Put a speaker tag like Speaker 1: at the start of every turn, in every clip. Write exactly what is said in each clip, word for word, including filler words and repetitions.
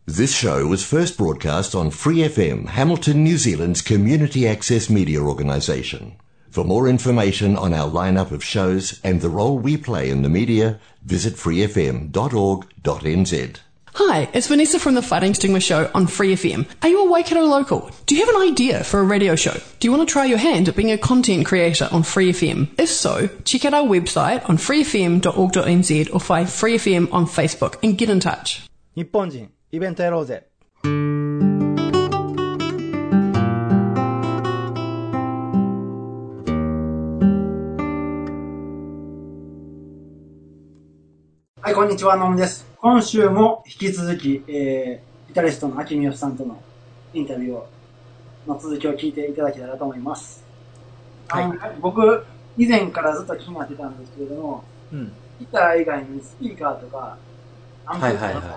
Speaker 1: This show was first broadcast on Free F M, Hamilton, New Zealand's community access media organisation. For more information on our lineup of shows and the role we play in the media, visit free f m dot org dot n z.
Speaker 2: Hi, it's Vanessa from the Fighting Stigma Show on Free F M. Are you a Waikato local? Do you have an idea for a radio show? Do you want to try your hand at being a content creator on Free F M? If so, check out our website on free f m dot org dot n z or find Free F M on Facebook and get in touch.
Speaker 3: 日本人イベントやろうぜ。はい、こんにちは、のむです。今週も引き続き、えー、ギタリストの秋宮さんとのインタビューをの続きを聞いていただけたらと思います。はい、僕以前からずっと気になってたんですけれども、うん、ギター以外にスピーカーとかアンプとか、はいはいはい、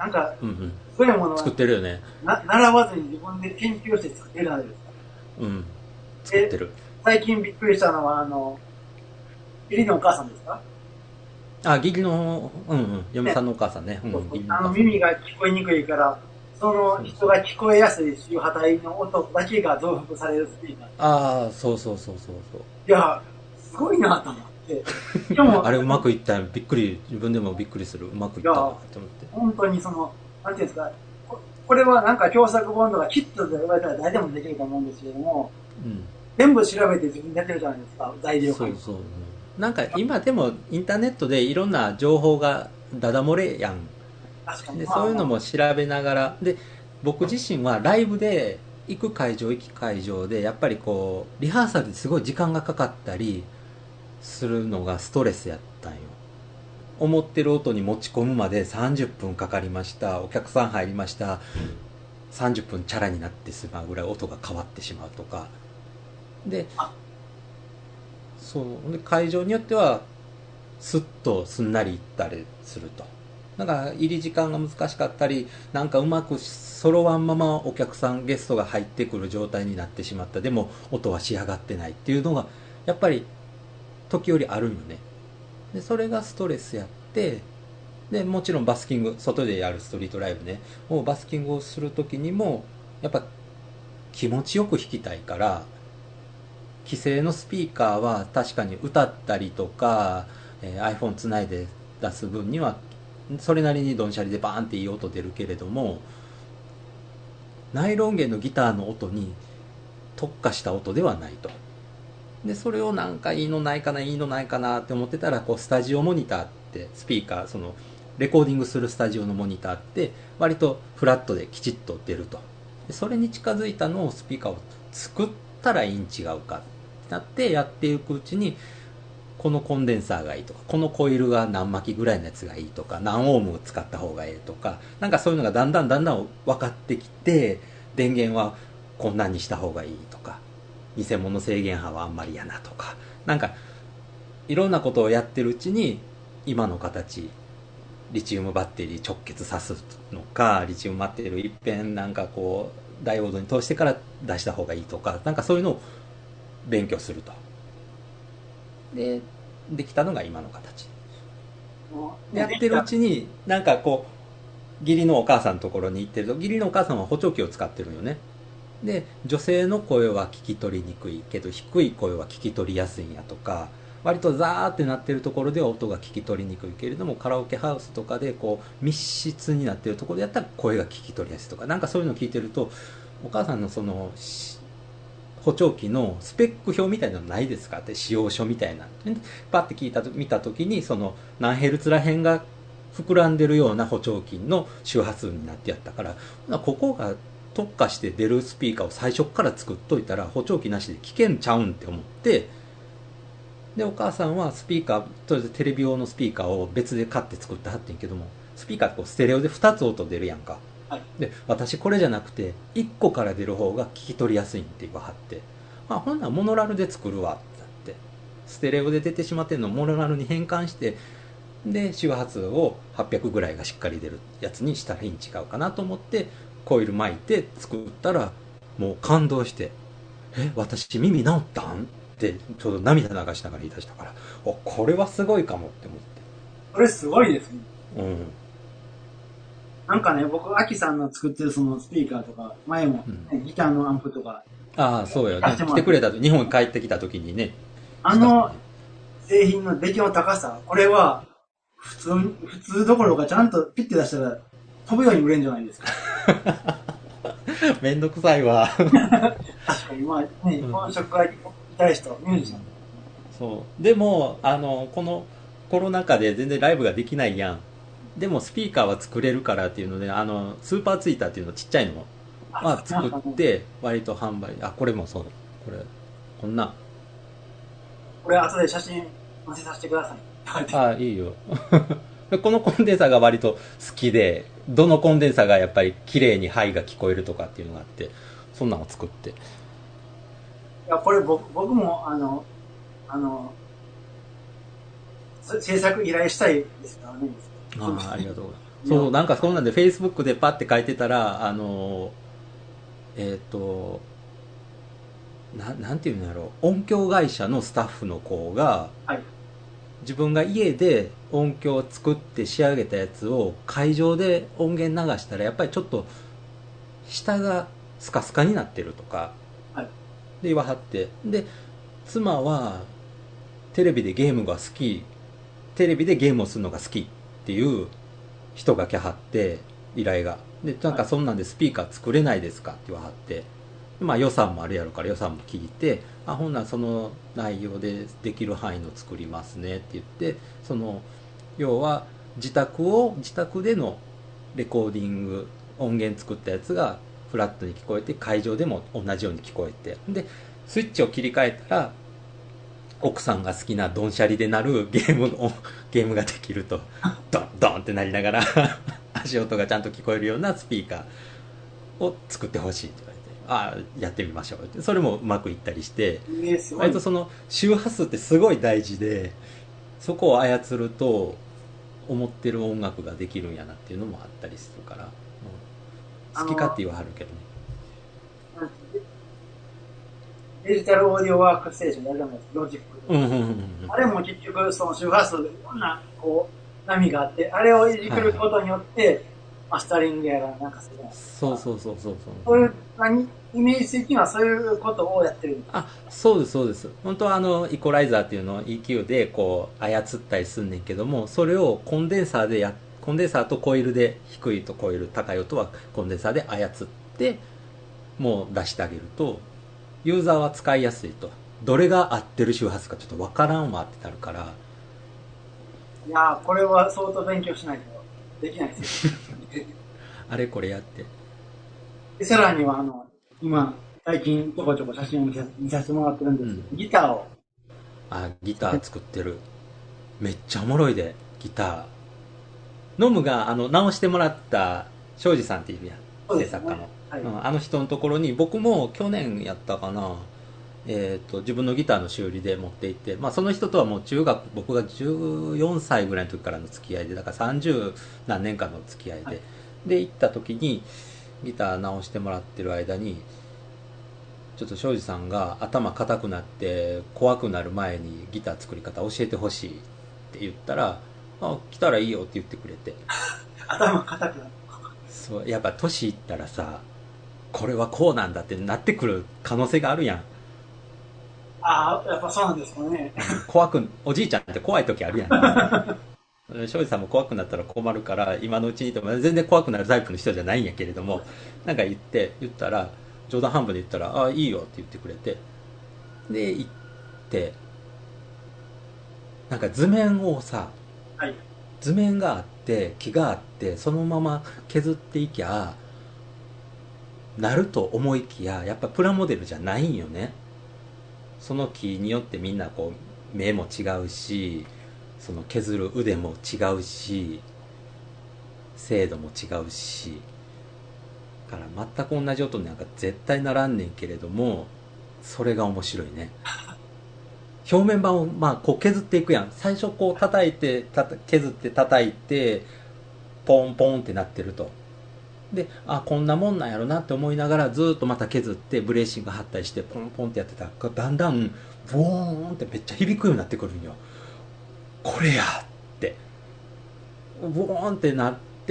Speaker 3: なんか、うんうん、そういうものは
Speaker 4: 作ってるよね。
Speaker 3: な習わずに自分で研究して作ってるじゃないですか。
Speaker 4: うん、作ってる。
Speaker 3: 最近びっくりしたのはあの義理のお母さんですか？
Speaker 4: あ、義理の、うんうん、嫁さんのお母さんね。
Speaker 3: うん、あの耳が聞こえにくいから、その人が聞こえやすい周波帯の音だけが増幅されるスピーカー。
Speaker 4: ああ、そうそうそうそうそう。
Speaker 3: いや、すごいなと思って。
Speaker 4: でもあれうまくいったよ。びっくり、自分でもびっくりする。うまくいったわって思って。
Speaker 3: 本当にその、なんていうんですか、こ, これはなんか共作本とかキットで言われたら誰でもできると思うんですけれども、うん、全部調べて自分でやってるじゃないですか、材料
Speaker 4: そうそう。なんか今でもインターネットでいろんな情報がダダ漏れやん。
Speaker 3: 確かに。
Speaker 4: でそういうのも調べながら、で僕自身はライブで行く会場行き会場でやっぱりこうリハーサルですごい時間がかかったりするのがストレスやったんよ。思ってる音に持ち込むまでさんじゅっぷんかかりました、お客さん入りました、さんじゅっぷんチャラになってしまうぐらい音が変わってしまうとかで、そうで会場によってはスッとすんなりいったりすると、なんか入り時間が難しかったり、なんかうまく揃わんままお客さんゲストが入ってくる状態になってしまった、でも音は仕上がってないっていうのがやっぱり時折あるよね。でそれがストレスやって、でもちろんバスキング、外でやるストリートライブね、もうバスキングをする時にもやっぱ気持ちよく弾きたいから、既製のスピーカーは確かに歌ったりとか、えー、iPhone つないで出す分にはそれなりにドンシャリでバーンっていい音出るけれども、ナイロン弦のギターの音に特化した音ではないと。でそれをなんかいいのないかないいのないかなって思ってたら、こうスタジオモニターってスピーカー、そのレコーディングするスタジオのモニターって割とフラットできちっと出ると。でそれに近づいたのをスピーカーを作ったらいいん違うかなってやっていくうちに、このコンデンサーがいいとか、このコイルが何巻きぐらいのやつがいいとか、何オーム使った方がいいとか、なんかそういうのがだんだんだんだん分かってきて、電源はこんなんにした方がいいとか、偽物制限波はあんまりやなとか、なんかいろんなことをやってるうちに、今の形、リチウムバッテリー直結さすのか、リチウムバッテリーを一遍なんかこうダイオードに通してから出した方がいいとか、なんかそういうのを勉強すると。でできたのが今の形で、やってるうちになんかこう義理のお母さんのところに行ってると、義理のお母さんは補聴器を使ってるよね。で女性の声は聞き取りにくいけど低い声は聞き取りやすいんやとか、割とザーってなってるところでは音が聞き取りにくいけれども、カラオケハウスとかでこう密室になってるところでやったら声が聞き取りやすいとか、なんかそういうのを聞いてると、お母さんのその補聴器のスペック表みたいなのないですかって、使用書みたいなパッて聞いた見た時に、その何ヘルツらへんが膨らんでるような補聴器の周波数になってやったから、ここが特化して出るスピーカーを最初から作っといたら補聴器なしで聞けんちゃうんって思って、でお母さんはスピーカー、とりあえずテレビ用のスピーカーを別で買って作ってはってんけども、スピーカーってこうステレオでふたつ音出るやんか。で私これじゃなくていっこから出る方が聞き取りやすいんって言わはって、まあ、ほんならモノラルで作るわってなって、ステレオで出てしまってるのをモノラルに変換して、で周波数をはっぴゃくぐらいがしっかり出るやつにしたらいいん違うかなと思ってコイル巻いて作ったら、もう感動して、え私耳治ったんってちょうど涙流しながら言い出したから、おこれはすごいかもって思って。
Speaker 3: これすごいですね。
Speaker 4: うん
Speaker 3: なんかね、僕、アキさんの作ってるそのスピーカーとか、前も、ねうん、ギターのアンプとか。
Speaker 4: ああ、そうよね。来てくれたと、日本に帰ってきた時にね。
Speaker 3: あの製品の出来の高さ、これは、普通、普通どころかちゃんとピッて出したら、飛ぶように売れるんじゃないですか。
Speaker 4: めんどくさいわ。
Speaker 3: 確かに、まあね、本職がいたい人、ミュージシャン。
Speaker 4: そう。でも、あの、このコロナ禍で全然ライブができないやん。でもスピーカーは作れるからっていうので、あの、スーパーツイーターっていうのちっちゃいのは作って、割と販売。あ、これもそう。これ、こんな。
Speaker 3: これ後で写真載せさせてください。
Speaker 4: あ、いいよ。このコンデンサーが割と好きで、どのコンデンサーがやっぱり綺麗にハイが聞こえるとかっていうのがあって、そんなのを作って。い
Speaker 3: や、これ僕僕も、あの、あの、制作依頼したいですからね。
Speaker 4: ああ、ありがとうございます。そう、なんかそうなんで、Facebook でパッて書いてたら、あの、えっ、ー、と、ななんていうんだろう、音響会社のスタッフの子が、はい、自分が家で音響を作って仕上げたやつを会場で音源流したらやっぱりちょっと下がスカスカになってるとか、はい、で言わはって、で妻はテレビでゲームが好き、テレビでゲームをするのが好きっていう人が来はって、依頼がで、なんかそんなんでスピーカー作れないですかって言わはって、まあ予算もあるやろから予算も聞いて、あ、ほんならその内容でできる範囲の作りますねって言って、その要は自宅を自宅でのレコーディング音源作ったやつがフラットに聞こえて、会場でも同じように聞こえて、でスイッチを切り替えたら奥さんが好きなドンシャリで鳴るゲームをゲームができると、ドンドンってなりながら足音がちゃんと聞こえるようなスピーカーを作ってほしいって言われて、ああやってみましょう。それもうまくいったりして、割とその周波数ってすごい大事で、そこを操ると思ってる音楽ができるんやなっていうのもあったりするから、うん、好き勝手言わはるけどね。
Speaker 3: デジタルオーディオワークステーションやるじゃないですか、ロジック。うんうんうんうん、あれも結局その周波数でいろんなこう波があって、あれをいじくることによって、はいはい、マスタリングやらなんかするじゃないですか。
Speaker 4: そうそうそうそうそう。
Speaker 3: そういう何イメージ的にはそういうことをやってるんですか？
Speaker 4: あ、そうですそうです。本当はあのイコライザーっていうのを イーキュー でこう操ったりすんねんけども、それをコンデンサーでやコンデンサーとコイルで、低いとコイル、高い音はコンデンサーで操ってもう出してあげると、ユーザーは使いやすいと。どれが合ってる周波数かちょっと分からんわってなるから。
Speaker 3: いやー、これは相当勉強しないとできないですよ。
Speaker 4: あれこれやって。
Speaker 3: でさらにはあの今最近ちょこちょこ写真を見させてもらってるんですけど、うん、ギターを。
Speaker 4: あ、ギター作ってる。めっちゃおもろいで、ギター。ノムがあの直してもらった庄司さんっていうやん、制作家の。はい、うん、あの人のところに僕も去年やったかな、えー、と自分のギターの修理で持って行って、まあ、その人とはもう中学、僕がじゅうよんさいぐらいの時からの付き合いで、だからさんじゅう何年間の付き合いで、はい、で行った時にギター直してもらってる間にちょっと庄司さんが頭固くなって怖くなる前にギター作り方教えてほしいって言ったら、あ、来たらいいよって言ってくれて
Speaker 3: 頭固くなる。
Speaker 4: そう、やっぱ年いったらさ、これはこうなんだってなってくる可能性があるやん。
Speaker 3: ああ、やっぱそうなんですかね。
Speaker 4: 怖く、おじいちゃんって怖い時あるやん。庄司さんも怖くなったら困るから、今のうちにとも全然怖くなるタイプの人じゃないんやけれども、なんか言って言ったら、冗談半分で言ったら、ああいいよって言ってくれて、で行って、なんか図面をさ、はい、図面があって木があってそのまま削っていきゃなると思いきや、やっぱプラモデルじゃないんよね。その木によってみんなこう目も違うし、その削る腕も違うし、精度も違うし、だから全く同じ音になんか絶対ならんねんけれども、それが面白いね。表面板をまあこう削っていくやん。最初こう叩いてたた削って叩いてポンポンってなってると、で、あ、こんなもんなんやろなって思いながらずっとまた削ってブレーシング貼ったりしてポンポンってやってたら、だんだんボーンってめっちゃ響くようになってくるんよ。これやってボーンってなって、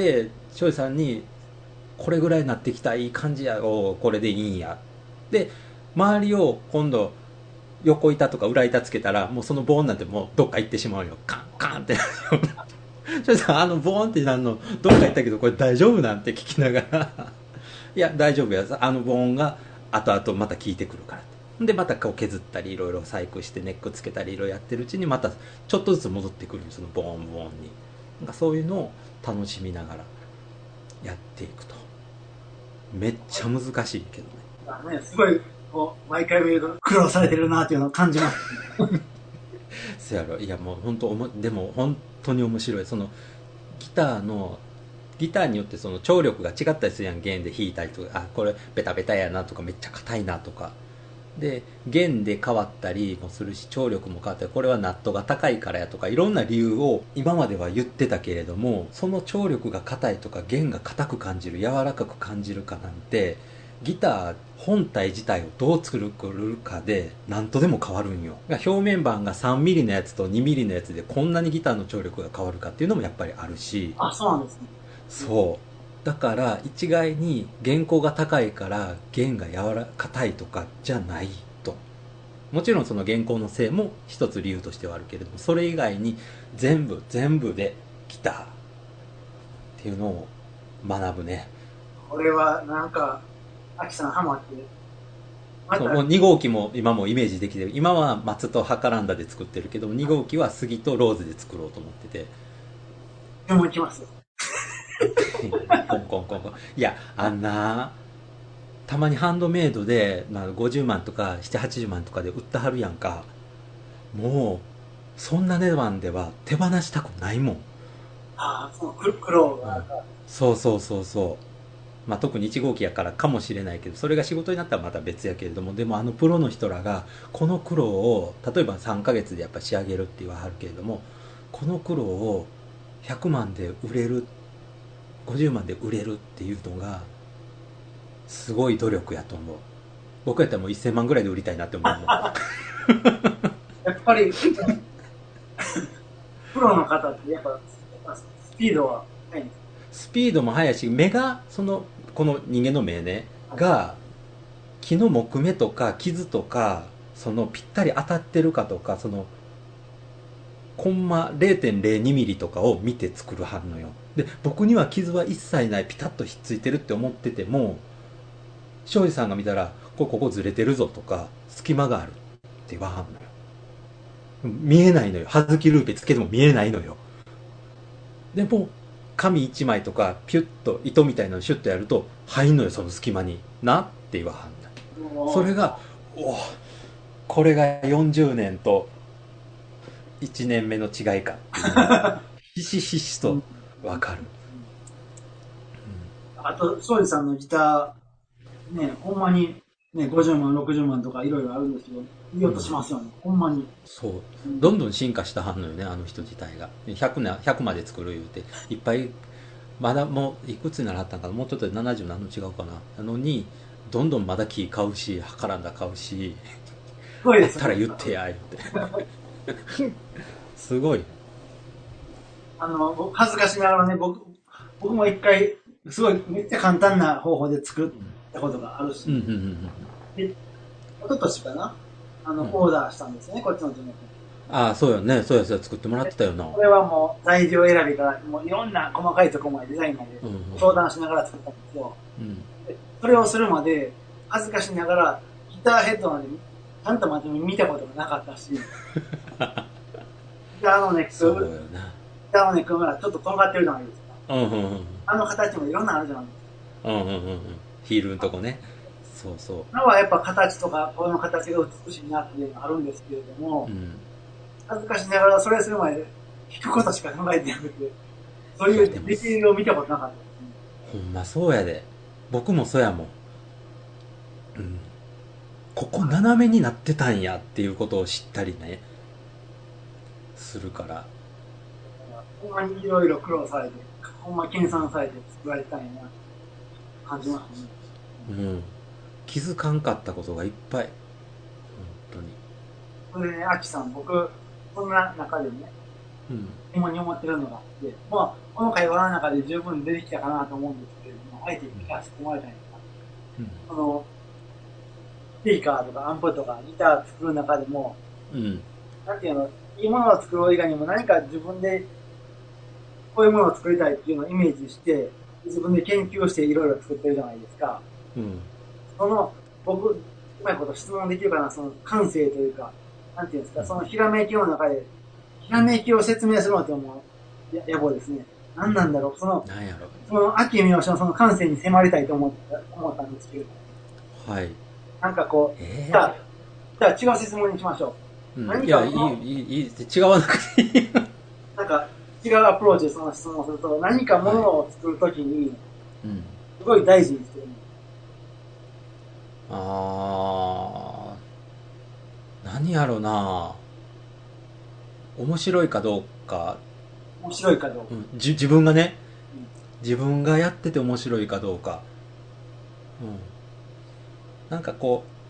Speaker 4: 庄司さんにこれぐらいになってきたいい感じやおこれでいいんやで周りを今度横板とか裏板つけたらもうそのボーンなんてもうどっか行ってしまうよカンカンってなるような庄司さんあのボーンってなるのどっか行ったけどこれ大丈夫なんて聞きながらいや大丈夫やあのボーンが後々また効いてくるからでまたこう削ったりいろいろ細工してネックつけたりいろいろやってるうちにまたちょっとずつ戻ってくるそのボーンボーンになんかそういうのを楽しみながらやっていくとめっちゃ難しいけどね
Speaker 3: あねすごいこう毎回見ると苦労されてるなっていうのを感じます
Speaker 4: そやろいやもう本当おもでも本当に面白いそのギターのギターによってその張力が違ったりするやん弦で弾いたりとかあこれベタベタやなとかめっちゃ硬いなとかで弦で変わったりもするし張力も変わったりこれはナットが高いからやとかいろんな理由を今までは言ってたけれどもその張力が硬いとか弦が硬く感じる柔らかく感じるかなんてギター本体自体をどう作るかで何とでも変わるんよ表面板がさんミリのやつとにミリのやつでこんなにギターの張力が変わるかっていうのもやっぱりあるし
Speaker 3: あそうなんですね
Speaker 4: そうだから一概に弦高が高いから弦が柔ら硬いとかじゃないともちろんその弦高のせいも一つ理由としてはあるけれどもそれ以外に全部全部でギターっていうのを学ぶね
Speaker 3: これはなんかアキさんハマってまた
Speaker 4: そうもうに号機も今もイメージできてる今は松とハカランダで作ってるけどに号機は杉とローズで作ろうと思ってて
Speaker 3: 注文きます
Speaker 4: コンコンコンコンいやあんなたまにハンドメイドで、まあ、ごじゅうまんとかななじゅうはちじゅうまんとかで売ってはるやんかもうそんな値段では手放したくないもん
Speaker 3: ああその苦労が、うん、
Speaker 4: そうそうそうそうまあ特にいち号機やからかもしれないけどそれが仕事になったらまた別やけれどもでもあのプロの人らがこの苦労を例えばさんかげつでやっぱ仕上げるって言わはるけれどもこの苦労をひゃくまんで売れるごじゅうまんで売れるっていうのがすごい努力やと思う僕やったらもうせんまんぐらいで売りたいなって思うもん
Speaker 3: やっぱりプロの方ってやっぱスピードは速いんです
Speaker 4: スピードも速いし目がそのこの人間の目ねが木の木目とか傷とかそのぴったり当たってるかとかそのコンマ れいてんれいに ミリとかを見て作るはんのよで僕には傷は一切ないピタッとひっついてるって思ってても庄司さんが見たらここここずれてるぞとか隙間があるって言わはんのよ見えないのよ葉月ルーペつけても見えないのよでも紙いちまいとかピュッと糸みたいなのシュッとやると入んのよその隙間になって言わはんのそれがおこれがよんじゅうねんといちねんめの違いかっていうのがひしひしと分かる、
Speaker 3: うん、あと庄司さんのギターねほんまにねごじゅうまんろくじゅうまんとかいろいろあるんですけどいい音しますよね、うん、ほんまに
Speaker 4: そうどんどん進化したはんのよねあの人自体がひゃくなひゃくまで作る言うていっぱいまだもういくつにならはったんかなもうちょっとでななじゅう何の違うかななのにどんどんまだ木買うしはからんだ買うし
Speaker 3: すごいです、
Speaker 4: ね、あったら言ってや言ってすごい
Speaker 3: あの僕恥ずかしながらね僕僕も一回すごいめっちゃ簡単な方法で作ったことがあるし、うんうんうんうん、で一昨年かなあの、うん、オーダーしたんですねこっちの地元に
Speaker 4: ああそうよねそうやそうや作ってもらってたよな
Speaker 3: これはもう材料選びからもういろんな細かいところまでデザインまで相談しながら作ったんですよ、うん、でそれをするまで恥ずかしながらギターヘッドまでちゃんとまとめ見たことがなかったしギターのネック
Speaker 4: そうよな
Speaker 3: ギターのネックがちょっととんがってるじゃないですか、
Speaker 4: うんうんうん、
Speaker 3: あの形もいろんなのあるじゃないですか、
Speaker 4: うんうんうんうん、ヒールのとこねそうそう
Speaker 3: 今はやっぱ形とかこの形が美しいなっていうのがあるんですけれども、うん、恥ずかしながらそれする前で弾くことしか考えてなくてそういうディテールを見たことなかったですね。
Speaker 4: ほんまそうやで僕もそうやもん、うん、ここ斜めになってたんやっていうことを知ったりねするから
Speaker 3: ほんまにいろいろ苦労されてほんま計算されて作られたんやな感じますね。
Speaker 4: うん気づかんかったことがいっぱい本当に
Speaker 3: それでねアキさん僕そんな中でね疑問に思ってるのがあって、まあ、この会話の中で十分出てきたかなと思うんですけれども、あえて聞かせてもらいたいのが、うん、その、スピーカーとかアンプとかギター作る中でも、うん、なんていうの、いいものを作る以外にも何か自分でこういうものを作りたいっていうのをイメージして、自分で研究していろいろ作ってるじゃないですか。うん、その、僕、うまいこと質問できるかな、その感性というか、なんていうんですか、そのひらめきの中で、ひらめきを説明するのってもう、や野暮ですね。何なんだろう、その、
Speaker 4: 何やろ
Speaker 3: その、秋見のその感性に迫りたいと思った、思ったんですけど。
Speaker 4: はい。
Speaker 3: なんかこう、えー、じゃあ、じゃあ違う質問にしましょ
Speaker 4: う。うん、何かいや、いい、いい、いい、違わなくていい。
Speaker 3: なんか、違うアプローチでその質問をすると、何かものを作るときに、すごい大事にしてる、うん。
Speaker 4: あー、何やろうな、面白いかどうか。
Speaker 3: 面白いかどうか。
Speaker 4: うん、じ自分がね、うん、自分がやってて面白いかどうか。うん。なんかこう、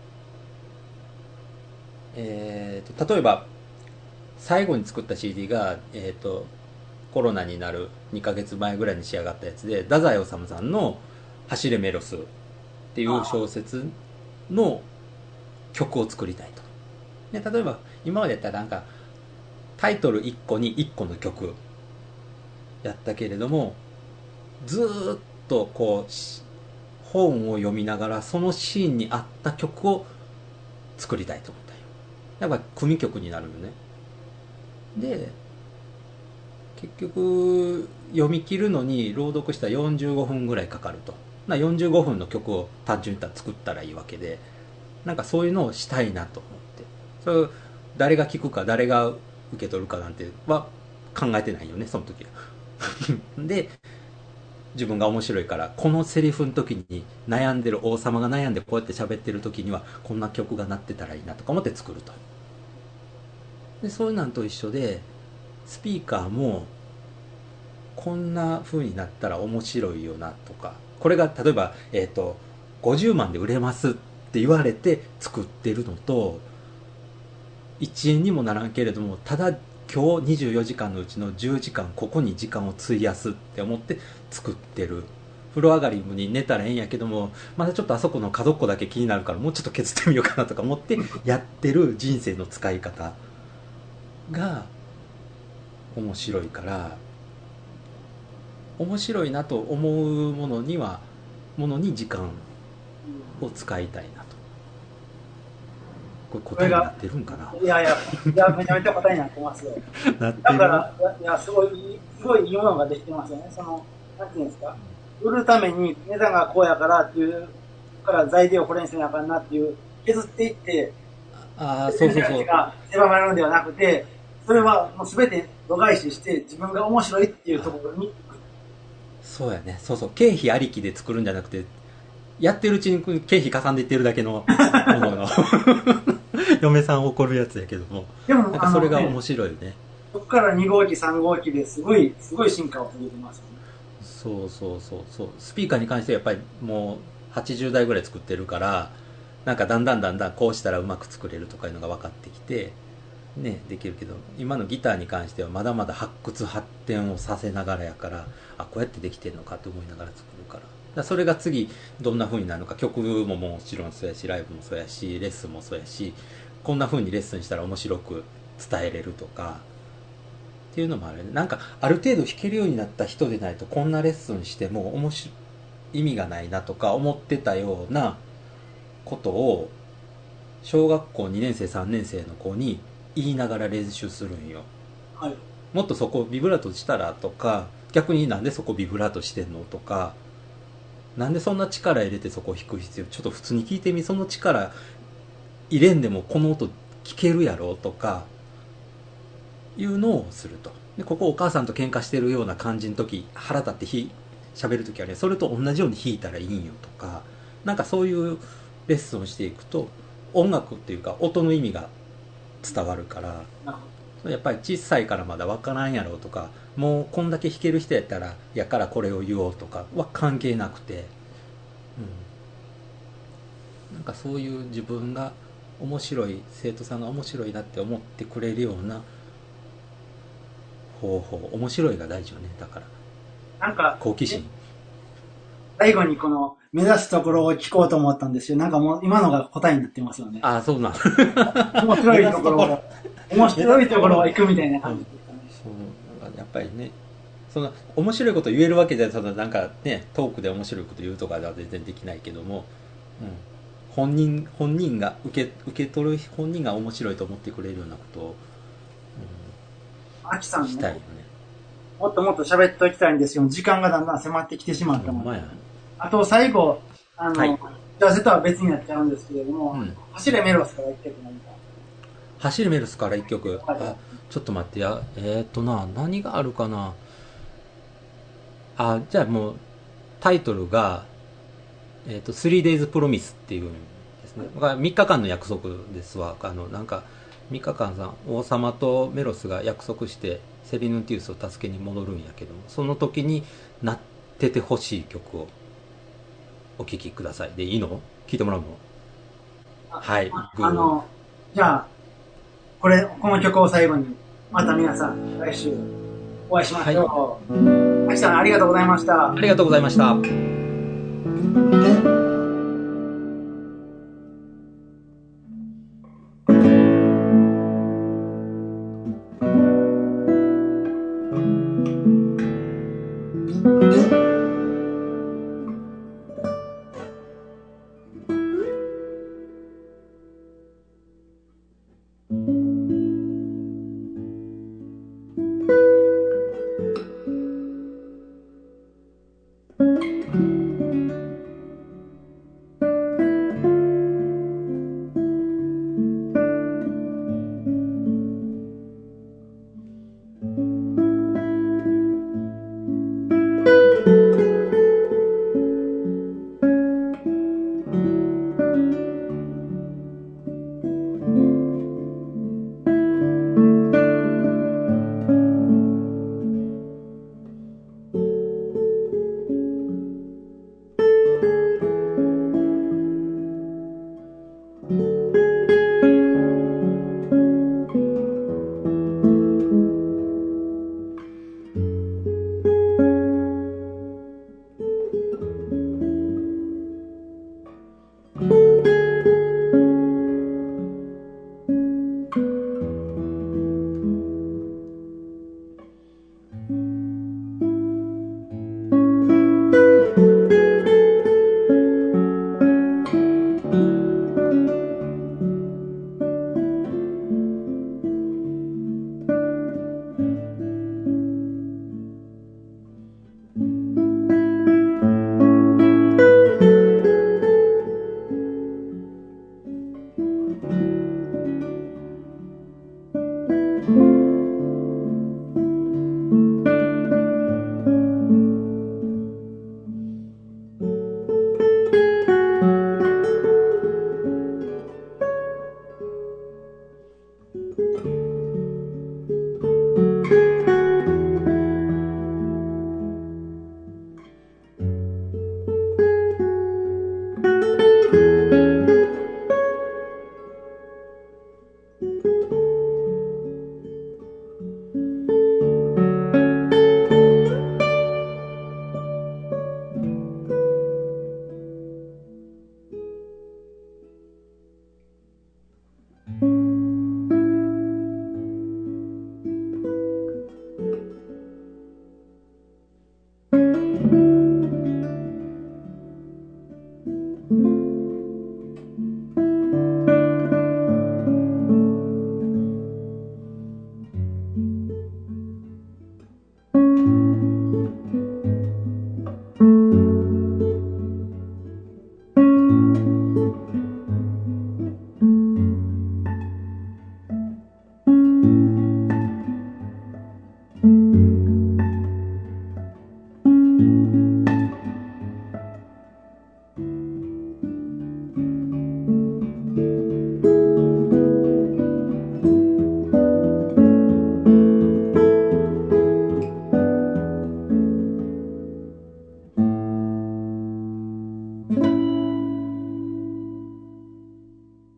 Speaker 4: えーと、例えば、最後に作った シーディー が、えーと、コロナになるにかげつまえぐらいに仕上がったやつで、太宰治さんの走れメロスっていう小説の曲を作りたいと。で、例えば今までやったらなんかタイトルいっこにいっこの曲やったけれども、ずーっとこう本を読みながらそのシーンに合った曲を作りたいと思ったよ。やっぱ組曲になるよね。で、結局読み切るのに朗読したらよんじゅうごふんぐらいかかると。なよんじゅうごふんの曲を単純に作ったらいいわけで、なんかそういうのをしたいなと思って、それを誰が聞くか誰が受け取るかなんては考えてないよね、その時は。で、自分が面白いから、このセリフの時に悩んでる王様が悩んでこうやって喋ってる時にはこんな曲が鳴ってたらいいなとか思って作ると。で、そういうのと一緒で、スピーカーもこんな風になったら面白いよなとか、これが例えば、えーと、ごじゅうまんで売れますって言われて作ってるのと、いちえんにもならんけれども、ただ今日にじゅうよじかんのうちのじゅうじかんここに時間を費やすって思って作ってる。風呂上がりに寝たらええんやけども、まだちょっとあそこの角っこだけ気になるからもうちょっと削ってみようかなとか思ってやってる人生の使い方が面白いから、面白いなと思うものにはものに時間を使いたいなと。これ答えになってるんかな。
Speaker 3: いやいや、いやめちゃめちゃ答えになってますよ。なってる。だからいやすごいすごいいいものができてますよね。そのなんていうんですか、売るために値段がこうやからっていうから材料をこれにせなあかんなっていう削っていって、
Speaker 4: ああそうそうそう。
Speaker 3: が狭まるのではなくて、それはもうすべて度外視して自分が面白いっていうところに。
Speaker 4: そうやね。そうそう。経費ありきで作るんじゃなくて、やってるうちに経費かさんでいってるだけのものの嫁さん怒るやつやけども、でもなんかそれが面白いよね。
Speaker 3: そこからに号機さん号機ですごいすごい進化を遂げてますよね。
Speaker 4: そうそうそうそう。スピーカーに関してはやっぱりもうはちじゅうだいぐらい作ってるから、なんかだんだんだんだんこうしたらうまく作れるとかいうのが分かってきてね、できるけど、今のギターに関してはまだまだ発掘発展をさせながらやから、あ、こうやってできてるのかと思いながら作るから、だからそれが次どんな風になるのか、曲ももちろんそうやし、ライブもそうやし、レッスンもそうやし、こんな風にレッスンしたら面白く伝えれるとかっていうのもあるね。なんかある程度弾けるようになった人でないとこんなレッスンしても面白い意味がないなとか思ってたようなことを小学校にねん生さんねん生の子に言いながら練習するんよ、はい、もっとそこビブラートしたらとか、逆になんでそこビブラートしてんのとか、なんでそんな力入れてそこ弾く必要、ちょっと普通に聞いてみ、その力入れんでもこの音聞けるやろとかいうのをすると。で、ここお母さんと喧嘩してるような感じの時、腹立ってひ喋る時はね、それと同じように弾いたらいいんよとか、なんかそういうレッスンをしていくと音楽っていうか音の意味が伝わるから、やっぱり小さいからまだ分からんやろうとか、もうこんだけ弾ける人やったらやからこれを言おうとかは関係なくて、うん、なんかそういう自分が面白い、生徒さんが面白いなって思ってくれるようなほうほう、面白いが大事よね。だから
Speaker 3: なんか、
Speaker 4: 好奇心。
Speaker 3: 最後にこの、目指すところを聞こうと思ったんですよ。なんかもう、今のが答えになってますよね。
Speaker 4: ああ、そうなの。
Speaker 3: 面白いところを、面白いところを行くみたいな感じですかね。
Speaker 4: そう、なんかやっぱりね、その面白いこと言えるわけじゃ、そのなんかね、トークで面白いこと言うとかでは全然できないけども、うん、本人本人が受け受け取る本人が面白いと思ってくれるようなことを、
Speaker 3: アキさん
Speaker 4: したいよ
Speaker 3: ね、
Speaker 4: ね。
Speaker 3: もっともっと喋っておきたいんですよ。時間がだんだん迫ってきてしまったので。
Speaker 4: ほんまや。
Speaker 3: あと最後、あの、
Speaker 4: はい
Speaker 3: 打たせとは別になっちゃうんですけれども、
Speaker 4: うん、
Speaker 3: 走れメロスから一曲何か。
Speaker 4: 走るメルスから一曲、
Speaker 3: はい
Speaker 4: あ、ちょっと待ってや、えー、っとな、何があるかな。あ、じゃあもうタイトルが、えー、っと スリーデイズ Promise っていうんですね。だからみっかかんの約束ですわ。あのなんかみっかかんさ王様とメロスが約束してセリヌンティウスを助けに戻るんやけども、その時になっててほしい曲をお聴きください。でいいの？聞いてもらうの？はい。
Speaker 3: ああの、じゃあ、これ、この曲を最後に、また皆さん、来週、お会いしましょう。はい、さん、ありがとうございました。
Speaker 4: ありがとうございました。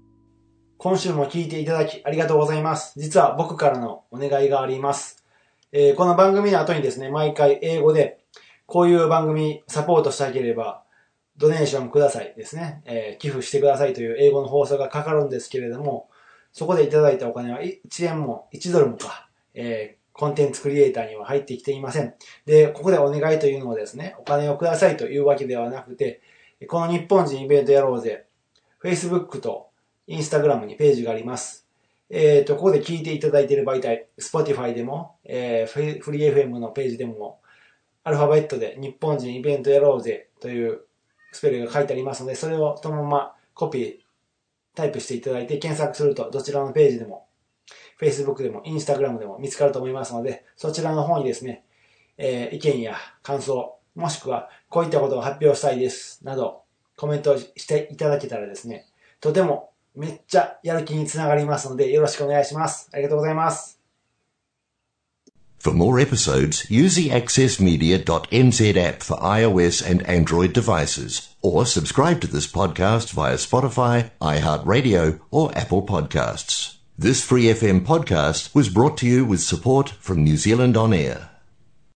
Speaker 3: 今週も聞いていただきありがとうございます。実は僕からのお願いがあります。 えー、この番組の後にですね、毎回英語で、こういう番組サポートしたければ、ドネーションくださいですね、えー、寄付してくださいという英語の放送がかかるんですけれども、そこでいただいたお金はいちえんもいちドルもか、えー、コンテンツクリエイターには入ってきていません。で、ここでお願いというのはですね、お金をくださいというわけではなくて、この日本人イベントやろうぜ、Facebook と Instagram にページがあります。えっと、ここで聞いていただいている媒体、Spotify でも、えー、フリー エフエム のページでも、アルファベットで日本人イベントやろうぜというスペルが書いてありますので、それをそのままコピー、タイプしていただいて検索するとどちらのページでも、Facebook でも Instagram でも見つかると思いますので、そちらの方にですね、えー、意見や感想、もしくはこういったことを発表したいです、などコメントしていただけたらですね、とてもめっちゃやる気につながりますのでよろしくお願いします。ありがとうございます。
Speaker 1: For more episodes, use the access media dot n z app for iOS and Android devices, or subscribe to this podcast via Spotify, iHeartRadio, or Apple Podcasts. This Free F M podcast was brought to you with support from New Zealand On Air.